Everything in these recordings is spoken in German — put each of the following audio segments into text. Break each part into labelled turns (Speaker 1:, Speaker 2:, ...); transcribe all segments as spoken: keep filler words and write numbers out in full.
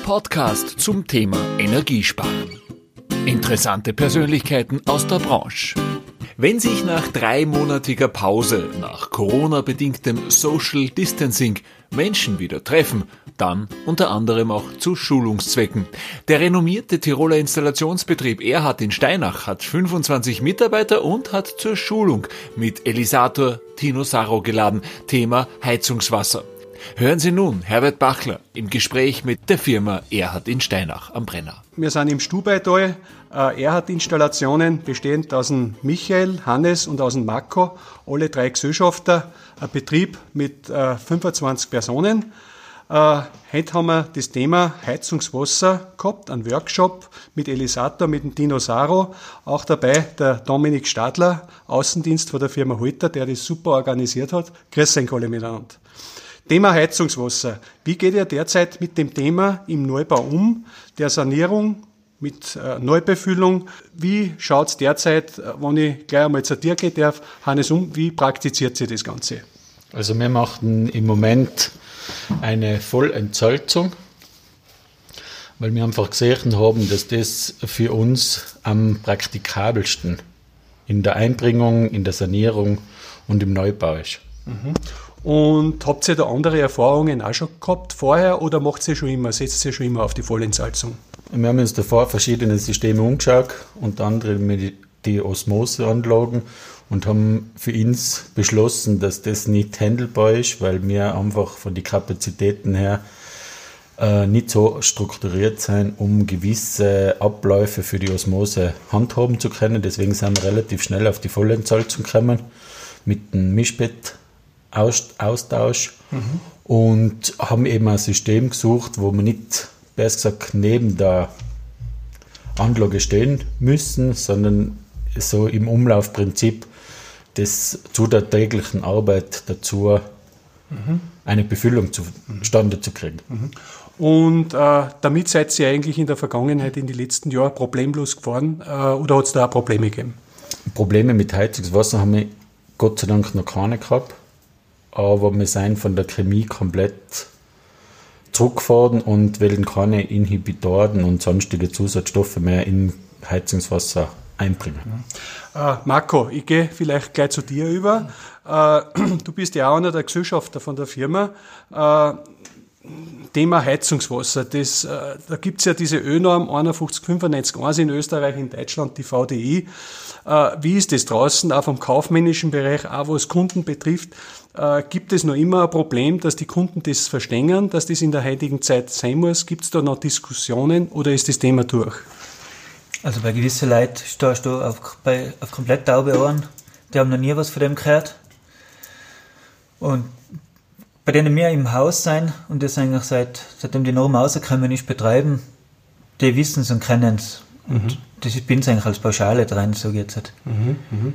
Speaker 1: Podcast zum Thema Energiesparen. Interessante Persönlichkeiten aus der Branche. Wenn sich nach dreimonatiger Pause, nach Corona-bedingtem Social Distancing, Menschen wieder treffen, dann unter anderem auch zu Schulungszwecken. Der renommierte Tiroler Installationsbetrieb Erhard in Steinach hat fünfundzwanzig Mitarbeiter und hat zur Schulung mit Elisator Tino Saro geladen. Thema Heizungswasser. Hören Sie nun Herbert Bachler im Gespräch mit der Firma Erhard in Steinach am Brenner.
Speaker 2: Wir sind im Stubaital, äh, Erhard-Installationen, bestehend aus dem Michael, Hannes und aus dem Marco, alle drei Gesellschafter, ein Betrieb mit äh, fünfundzwanzig Personen. Äh, heute haben wir das Thema Heizungswasser gehabt, einen Workshop mit Elisator, mit dem Tino Saro, auch dabei der Dominik Stadler, Außendienst von der Firma Holter, der das super organisiert hat. Grüß euch alle miteinander. Thema Heizungswasser. Wie geht ihr derzeit mit dem Thema im Neubau um, der Sanierung mit äh, Neubefüllung? Wie schaut es derzeit, äh, wenn ich gleich einmal zu dir gehen darf, Hannes, um? Wie praktiziert sie das Ganze?
Speaker 3: Also wir machen im Moment eine Vollentsalzung, weil wir einfach gesehen haben, dass das für uns am praktikabelsten in der Einbringung, in der Sanierung und im Neubau ist.
Speaker 2: Mhm. Und habt ihr da andere Erfahrungen auch schon gehabt vorher oder macht ihr schon immer, setzt ihr schon immer auf die Vollentsalzung?
Speaker 3: Wir haben uns davor verschiedene Systeme umgeschaut, unter anderem mit die Osmoseanlagen, und haben für uns beschlossen, dass das nicht handelbar ist, weil wir einfach von den Kapazitäten her äh, nicht so strukturiert sind, um gewisse Abläufe für die Osmose handhaben zu können. Deswegen sind wir relativ schnell auf die Vollentsalzung gekommen mit dem Mischbett. Austausch mhm. und haben eben ein System gesucht, wo wir nicht, besser gesagt, neben der Anlage stehen müssen, sondern so im Umlaufprinzip das zu der täglichen Arbeit dazu mhm. eine Befüllung zustande zu kriegen.
Speaker 2: Mhm. Und äh, damit seid ihr eigentlich in der Vergangenheit, in den letzten Jahren problemlos gefahren äh, oder hat es da auch Probleme gegeben?
Speaker 3: Probleme mit Heizungswasser haben wir Gott sei Dank noch keine gehabt. Aber wir sind von der Chemie komplett zurückgefahren und wollen keine Inhibitoren und sonstige Zusatzstoffe mehr in Heizungswasser einbringen.
Speaker 2: Äh, Marco, ich gehe vielleicht gleich zu dir über. Äh, du bist ja auch einer der Gesellschafter von der Firma. Äh, Thema Heizungswasser, das, äh, da gibt es ja diese Ö-Norm einundfünfzig fünfundneunzig eins in Österreich, in Deutschland die V D I. Äh, wie ist das draußen, auch vom kaufmännischen Bereich, auch was Kunden betrifft? Äh, gibt es noch immer ein Problem, dass die Kunden das verstehen, dass das in der heutigen Zeit sein muss? Gibt es da noch Diskussionen oder ist das Thema durch?
Speaker 4: Also bei gewissen Leuten stehst du auf, bei, auf komplett taube Ohren, die haben noch nie was von dem gehört. Und bei denen wir im Haus sein und das eigentlich seit, seitdem die Norm rausgekommen ist, betreiben, die wissen es und kennen es. Und mhm. das ist bei uns eigentlich als Pauschale dran, so geht's halt.
Speaker 2: Mhm, mhm.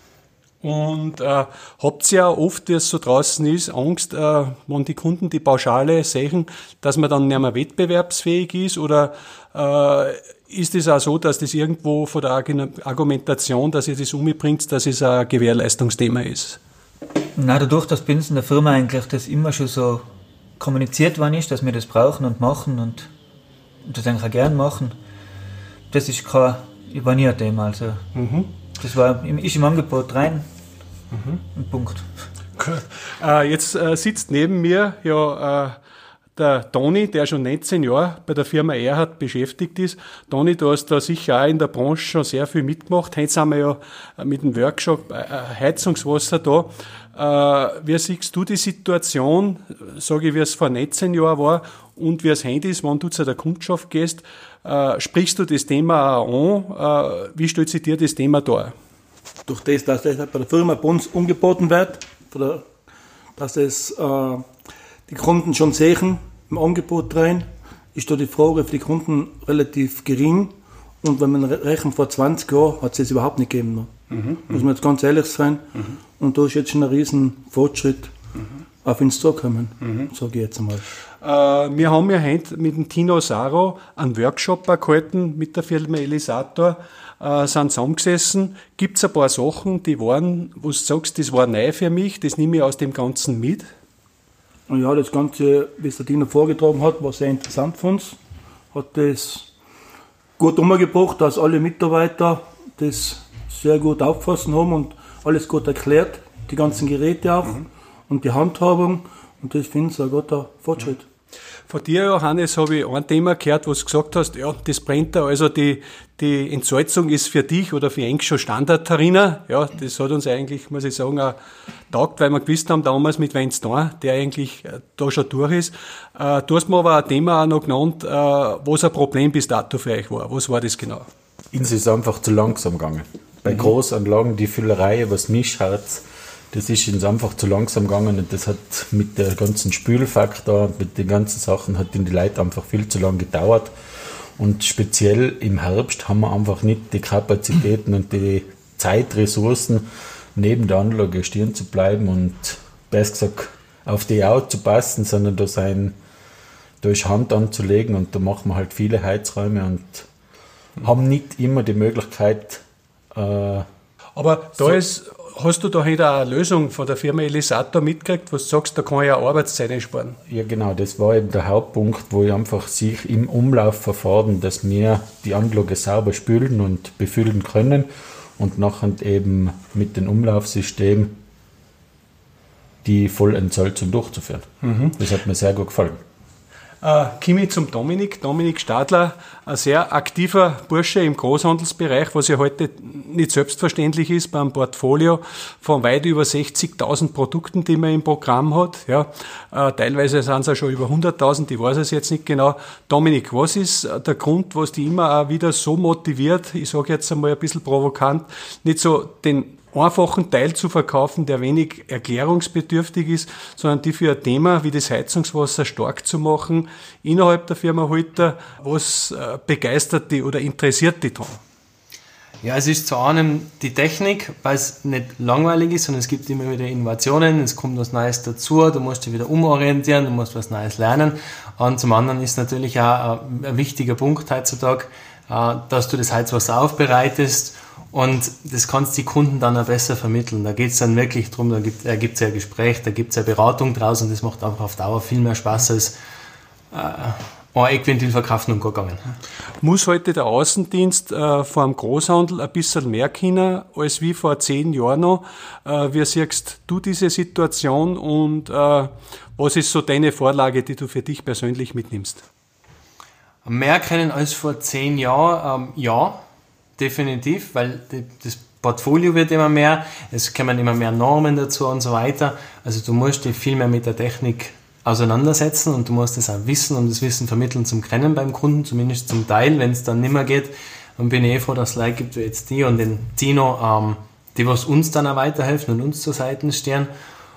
Speaker 2: Und äh, habt ihr ja oft, wie es so draußen ist, Angst, äh, wenn die Kunden die Pauschale sehen, dass man dann nicht mehr wettbewerbsfähig ist? Oder äh, ist es auch so, dass das irgendwo von der Argumentation, dass ihr das umbringt, dass es ein Gewährleistungsthema ist?
Speaker 4: Nein, dadurch, dass bei uns in der Firma eigentlich das immer schon so kommuniziert worden ist, dass wir das brauchen und machen und, und das eigentlich auch gern machen, das ist kein, war nie ein Thema. Also, mhm. Das war, ist im Angebot rein. Mhm. Ein Punkt.
Speaker 2: Cool. Äh, jetzt äh, sitzt neben mir ja äh, der Toni, der schon neunzehn Jahre bei der Firma Erhard beschäftigt ist. Toni, du hast da sicher auch in der Branche schon sehr viel mitgemacht. Heute sind wir ja mit dem Workshop äh, Heizungswasser da. Äh, wie siehst du die Situation, sage ich, wie es vor neunzehn Jahren war und wie es heute ist, wenn du zu der Kundschaft gehst? Äh, sprichst du das Thema auch an? Äh, wie stellt sich dir das Thema dar?
Speaker 5: Durch das, dass das bei der Firma bei uns angeboten wird, dass das äh, die Kunden schon sehen im Angebot rein, ist da die Frage für die Kunden relativ gering. Und wenn man rechnet, vor zwanzig Jahren hat es das überhaupt nicht gegeben. Mhm, muss man jetzt ganz ehrlich sein. Mhm. Und da ist jetzt schon ein riesen Fortschritt mhm. auf uns zugekommen, mhm. sage ich jetzt einmal.
Speaker 2: Äh, wir haben ja heute mit dem Tino Saro einen Workshop gehalten mit der Firma Elisator, äh, sind zusammengesessen. Gibt es ein paar Sachen, die waren, wo du sagst, das war neu für mich, das nehme ich aus dem Ganzen mit?
Speaker 5: Und ja, das Ganze, wie es der Tino vorgetragen hat, war sehr interessant für uns. hat das gut umgebracht, dass alle Mitarbeiter das sehr gut auffassen haben und alles gut erklärt, die ganzen Geräte auch mhm. und die Handhabung. Und das finde ich ein guter Fortschritt.
Speaker 2: Von dir, Johannes, habe ich ein Thema gehört, wo du gesagt hast, ja, das brennt da, also die, die Entsalzung ist für dich oder für Eng schon Standard darin. Ja, das hat uns eigentlich, muss ich sagen, auch taugt, weil wir gewusst haben, damals mit Weinstein, der eigentlich da schon durch ist. Äh, du hast mir aber ein Thema auch noch genannt, äh, was ein Problem bis dato für euch war. Was war das genau?
Speaker 3: Uns ist einfach zu langsam gegangen. Bei mhm. Großanlagen, die Füllerei, was Mischharz, das ist uns einfach zu langsam gegangen und das hat mit der ganzen Spülfaktor, mit den ganzen Sachen, hat in die Leute einfach viel zu lange gedauert. Und speziell im Herbst haben wir einfach nicht die Kapazitäten und die Zeitressourcen, neben der Anlage stehen zu bleiben und besser gesagt auf die aufzupassen, sondern da sein, da ist Hand anzulegen und da machen wir halt viele Heizräume und haben nicht immer die Möglichkeit. Äh,
Speaker 2: Aber da so ist... Hast du da heute eine Lösung von der Firma Elisator mitgekriegt, wo du sagst, da kann ich auch Arbeitszeit einsparen?
Speaker 3: Ja genau, das war eben der Hauptpunkt, wo ich einfach sich im Umlaufverfahren, dass wir die Anlage sauber spülen und befüllen können und nachher eben mit dem Umlaufsystem die Vollentsalzung durchzuführen. Mhm. Das hat mir sehr gut gefallen.
Speaker 2: Äh, Kimi zum Dominik. Dominik Stadler, ein sehr aktiver Bursche im Großhandelsbereich, was ja heute nicht selbstverständlich ist, beim Portfolio von weit über sechzigtausend Produkten, die man im Programm hat. Ja, äh, teilweise sind es ja schon über hunderttausend, ich weiß es jetzt nicht genau. Dominik, was ist der Grund, was dich immer auch wieder so motiviert, ich sage jetzt einmal ein bisschen provokant, nicht so den einfachen Teil zu verkaufen, der wenig erklärungsbedürftig ist, sondern die für ein Thema wie das Heizungswasser stark zu machen, innerhalb der Firma Hulter, was begeistert die oder interessiert die dran?
Speaker 6: Ja, es ist zu einem die Technik, weil es nicht langweilig ist, sondern es gibt immer wieder Innovationen, es kommt was Neues dazu, du musst dich wieder umorientieren, du musst was Neues lernen. Und zum anderen ist natürlich auch ein wichtiger Punkt heutzutage, dass du das Heizwasser aufbereitest. Und das kannst du die Kunden dann auch besser vermitteln. Da geht es dann wirklich drum, da gibt es ja ein Gespräch, da gibt es ja Beratung draus und das macht einfach auf Dauer viel mehr Spaß als äh, ein Eckventil verkaufen und gegangen.
Speaker 2: Muss heute der Außendienst äh, vor dem Großhandel ein bisschen mehr können als wie vor zehn Jahren noch? Äh, wie siehst du diese Situation und äh, was ist so deine Vorlage, die du für dich persönlich mitnimmst?
Speaker 6: Mehr können als vor zehn Jahren, ähm, ja. Definitiv, weil die, das Portfolio wird immer mehr, es kommen immer mehr Normen dazu und so weiter. Also du musst dich viel mehr mit der Technik auseinandersetzen und du musst das auch wissen und das Wissen vermitteln zum Kennen beim Kunden, zumindest zum Teil. Wenn es dann nicht mehr geht, dann bin ich eh froh, dass es Leute gibt wie jetzt die und den Tino, ähm, die was uns dann auch weiterhelfen und uns zur Seite stehen.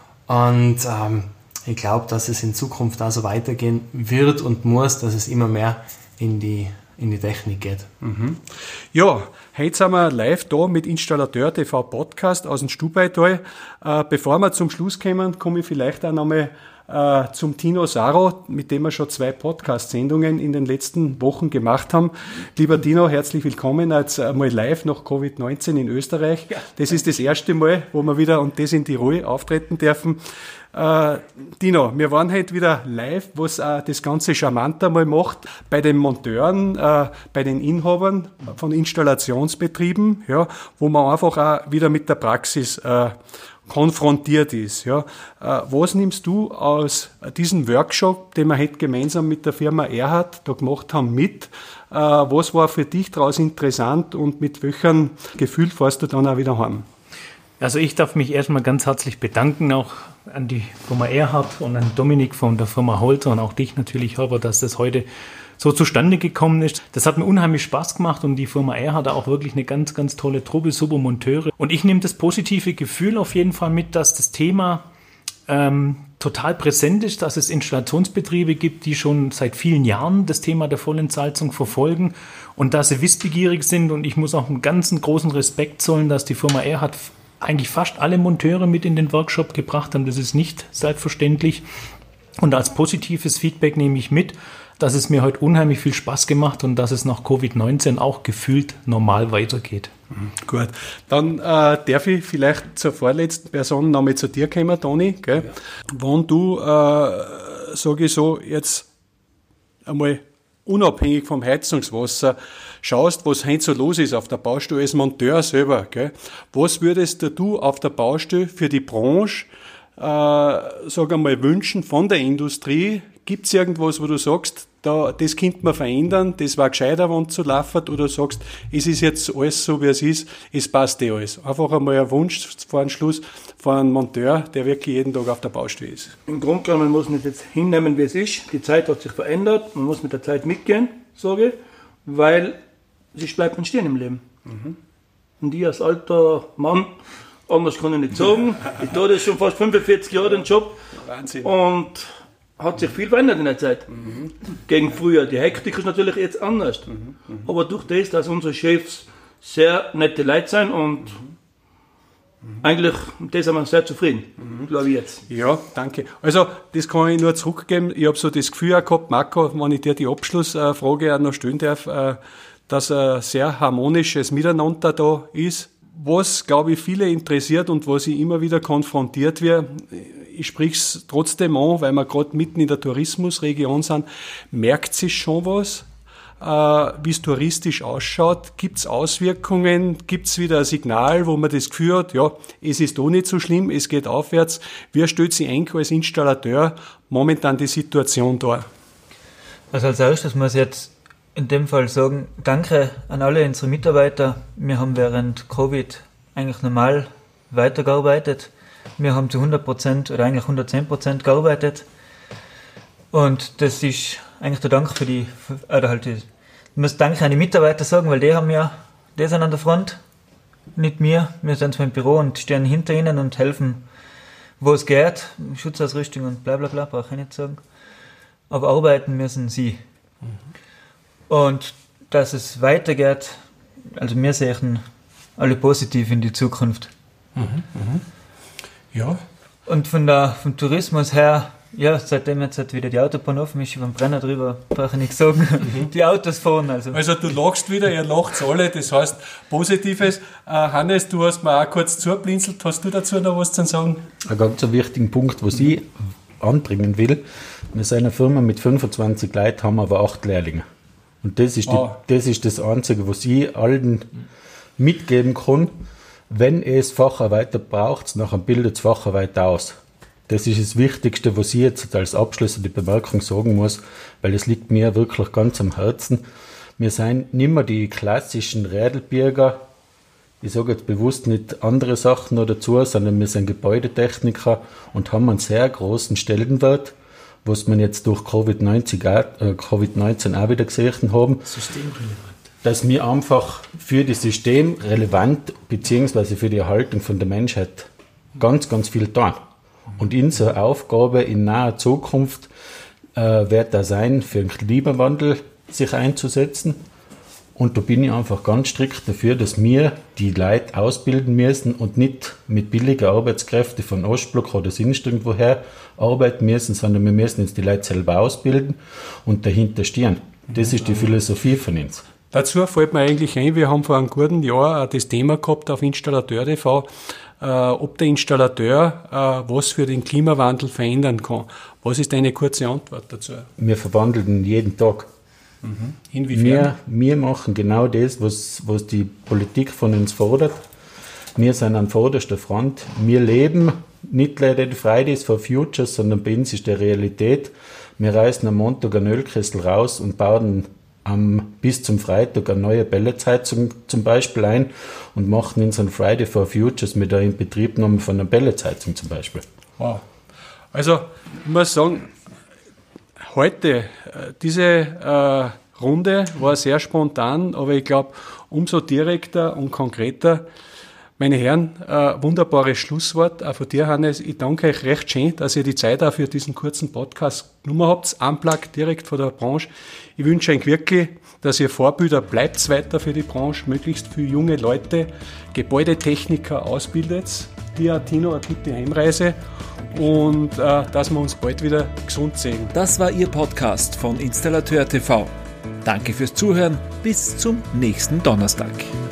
Speaker 6: Und ähm, ich glaube, dass es in Zukunft auch so weitergehen wird und muss, dass es immer mehr in die in die Technik geht.
Speaker 2: Mhm. Ja, heute sind wir live da mit Installateur T V Podcast aus dem Stubaital. Äh, bevor wir zum Schluss kommen, komme ich vielleicht auch nochmal äh, zum Tino Saro, mit dem wir schon zwei Podcast-Sendungen in den letzten Wochen gemacht haben. Lieber Tino, herzlich willkommen jetzt einmal live nach Covid neunzehn in Österreich. Das ist das erste Mal, wo wir wieder und das in Tirol auftreten dürfen. Äh, Tino, wir waren heute wieder live, was äh, das Ganze charmanter mal macht, bei den Monteuren, äh, bei den Inhabern von Installationsbetrieben, ja, wo man einfach auch wieder mit der Praxis äh, konfrontiert ist. Ja. Äh, was nimmst du aus diesem Workshop, den wir heute gemeinsam mit der Firma Erhard da gemacht haben, mit? Äh, was war für dich daraus interessant und mit welchem Gefühl fährst du dann auch wieder heim?
Speaker 7: Also ich darf mich erstmal ganz herzlich bedanken, auch an die Firma Erhard und an Dominik von der Firma Hulter und auch dich natürlich, Herbert, dass das heute so zustande gekommen ist. Das hat mir unheimlich Spaß gemacht und die Firma Erhard hat auch wirklich eine ganz, ganz tolle Truppe, super Monteure. Und ich nehme das positive Gefühl auf jeden Fall mit, dass das Thema ähm, total präsent ist, dass es Installationsbetriebe gibt, die schon seit vielen Jahren das Thema der Vollentsalzung verfolgen und dass sie wissbegierig sind. Und ich muss auch einen ganz großen Respekt zollen, dass die Firma Erhard eigentlich fast alle Monteure mit in den Workshop gebracht haben. Das ist nicht selbstverständlich. Und als positives Feedback nehme ich mit, dass es mir heute unheimlich viel Spaß gemacht und dass es nach Covid neunzehn auch gefühlt normal weitergeht.
Speaker 2: Mhm, gut, dann äh, darf ich vielleicht zur vorletzten Person nochmal zu dir kommen, Toni. Gell? Ja. Wenn du, äh, sage ich so, jetzt einmal unabhängig vom Heizungswasser schaust, was heute so los ist auf der Baustelle als Monteur selber, gell? Was würdest du auf der Baustelle für die Branche, äh, sag einmal, wünschen von der Industrie? Gibt es irgendwas, wo du sagst, da, das könnte man verändern, das war gescheiter, wenn es so läuft, oder sagst, es ist jetzt alles so, wie es ist, es passt eh alles. Einfach einmal ein Wunsch vor dem Schluss von einem Monteur, der wirklich jeden Tag auf der Baustelle ist.
Speaker 5: Im Grunde genommen muss man jetzt hinnehmen, wie es ist. Die Zeit hat sich verändert, man muss mit der Zeit mitgehen, sage ich, weil sonst bleibt man stehen im Leben. Mhm. Und ich als alter Mann, anders kann ich nicht sagen, ich tue das schon fast fünfundvierzig Jahre den Job.
Speaker 2: Wahnsinn.
Speaker 5: Und hat sich viel verändert in der Zeit. Mhm. Gegen früher. Die Hektik ist natürlich jetzt anders. Mhm. Mhm. Aber durch das, dass unsere Chefs sehr nette Leute sind und mhm. eigentlich, mit dem sind wir sehr zufrieden, mhm. glaube ich jetzt.
Speaker 2: Ja, danke. Also, das kann ich nur zurückgeben. Ich habe so das Gefühl auch gehabt, Marco, wenn ich dir die Abschlussfrage auch noch stellen darf, dass ein sehr harmonisches Miteinander da ist. Was, glaube ich, viele interessiert und was ich immer wieder konfrontiert werde, ich spreche es trotzdem an, weil wir gerade mitten in der Tourismusregion sind, merkt sich schon was, äh, wie es touristisch ausschaut? Gibt es Auswirkungen? Gibt es wieder ein Signal, wo man das Gefühl hat, ja, es ist doch nicht so schlimm, es geht aufwärts. Wie stellt sich eigentlich als Installateur momentan die Situation dar?
Speaker 4: Also als erstes muss ich jetzt in dem Fall sagen, danke an alle unsere Mitarbeiter. Wir haben während Covid eigentlich normal weitergearbeitet. Wir haben zu hundert Prozent oder eigentlich hundertzehn Prozent gearbeitet. Und das ist eigentlich der Dank für die, oder halt, ich muss Danke an die Mitarbeiter sagen, weil die haben ja, die sind an der Front, nicht wir. Wir sind zwar im Büro und stehen hinter ihnen und helfen, wo es geht. Schutzausrüstung und bla bla bla, brauche ich nicht sagen. Aber arbeiten müssen sie. Mhm. Und dass es weitergeht, also wir sehen alle positiv in die Zukunft.
Speaker 2: Mhm, mhm. Ja.
Speaker 4: Und von der, vom Tourismus her, ja, seitdem jetzt halt wieder die Autobahn offen ist, über den Brenner drüber, brauche ich nichts sagen, mhm. die Autos fahren. Also.
Speaker 2: also du lachst wieder, ihr lacht alle, das heißt Positives. Uh, Hannes, du hast mir auch kurz zublinzelt, hast du dazu noch was zu sagen?
Speaker 3: Ein ganz wichtiger Punkt, was ich anbringen will, wir sind eine Firma mit fünfundzwanzig Leuten, haben aber acht Lehrlinge. Und das ist, die, oh. das ist das Einzige, was ich allen mitgeben kann. Wenn es Facharbeiter braucht, nachher bildet es Facharbeiter aus. Das ist das Wichtigste, was ich jetzt als abschließende Bemerkung sagen muss, weil das liegt mir wirklich ganz am Herzen. Wir sind nicht mehr die klassischen Rädelbürger, ich sage jetzt bewusst nicht andere Sachen noch dazu, sondern wir sind Gebäudetechniker und haben einen sehr großen Stellenwert, was man jetzt durch Covid neunzehn auch wieder gesehen haben.
Speaker 6: Systemrelevant.
Speaker 3: Dass wir einfach für das System relevant beziehungsweise für die Erhaltung von der Menschheit ganz, ganz viel tun. Und unsere Aufgabe in naher Zukunft äh, wird da sein, für den Klimawandel sich einzusetzen. Und da bin ich einfach ganz strikt dafür, dass wir die Leute ausbilden müssen und nicht mit billigen Arbeitskräften von Ostblock oder sonst irgendwoher arbeiten müssen, sondern wir müssen uns die Leute selber ausbilden und dahinter stehen. Das ist die Philosophie von uns.
Speaker 2: Dazu fällt mir eigentlich ein, wir haben vor einem guten Jahr das Thema gehabt auf Installateur Punkt t v, äh, ob der Installateur äh, was für den Klimawandel verändern kann. Was ist deine kurze Antwort dazu?
Speaker 3: Wir verwandeln jeden Tag.
Speaker 2: Mhm. Inwiefern?
Speaker 3: Wir, wir machen genau das, was, was die Politik von uns fordert. Wir sind an vorderster Front. Wir leben nicht leider Fridays for Future, sondern bei uns ist der Realität. Wir reißen am Montag einen Ölkessel raus und bauen am, bis zum Freitag eine neue Pelletsheizung zum Beispiel ein und machen unseren Friday for Futures mit der Inbetriebnahme von einer Pelletsheizung zum Beispiel.
Speaker 2: Wow. Also, ich muss sagen, heute, diese äh, Runde war sehr spontan, aber ich glaube, umso direkter und konkreter. Meine Herren, äh, wunderbares Schlusswort auch von dir, Hannes. Ich danke euch recht schön, dass ihr die Zeit auch für diesen kurzen Podcast genommen habt. Unplugged direkt von der Branche. Ich wünsche euch wirklich, dass ihr Vorbilder bleibt weiter für die Branche, möglichst viele junge Leute, Gebäudetechniker ausbildet. Dir, Tino, eine gute Heimreise und äh, dass wir uns bald wieder gesund sehen.
Speaker 1: Das war Ihr Podcast von Installateur Punkt t v. Danke fürs Zuhören. Bis zum nächsten Donnerstag.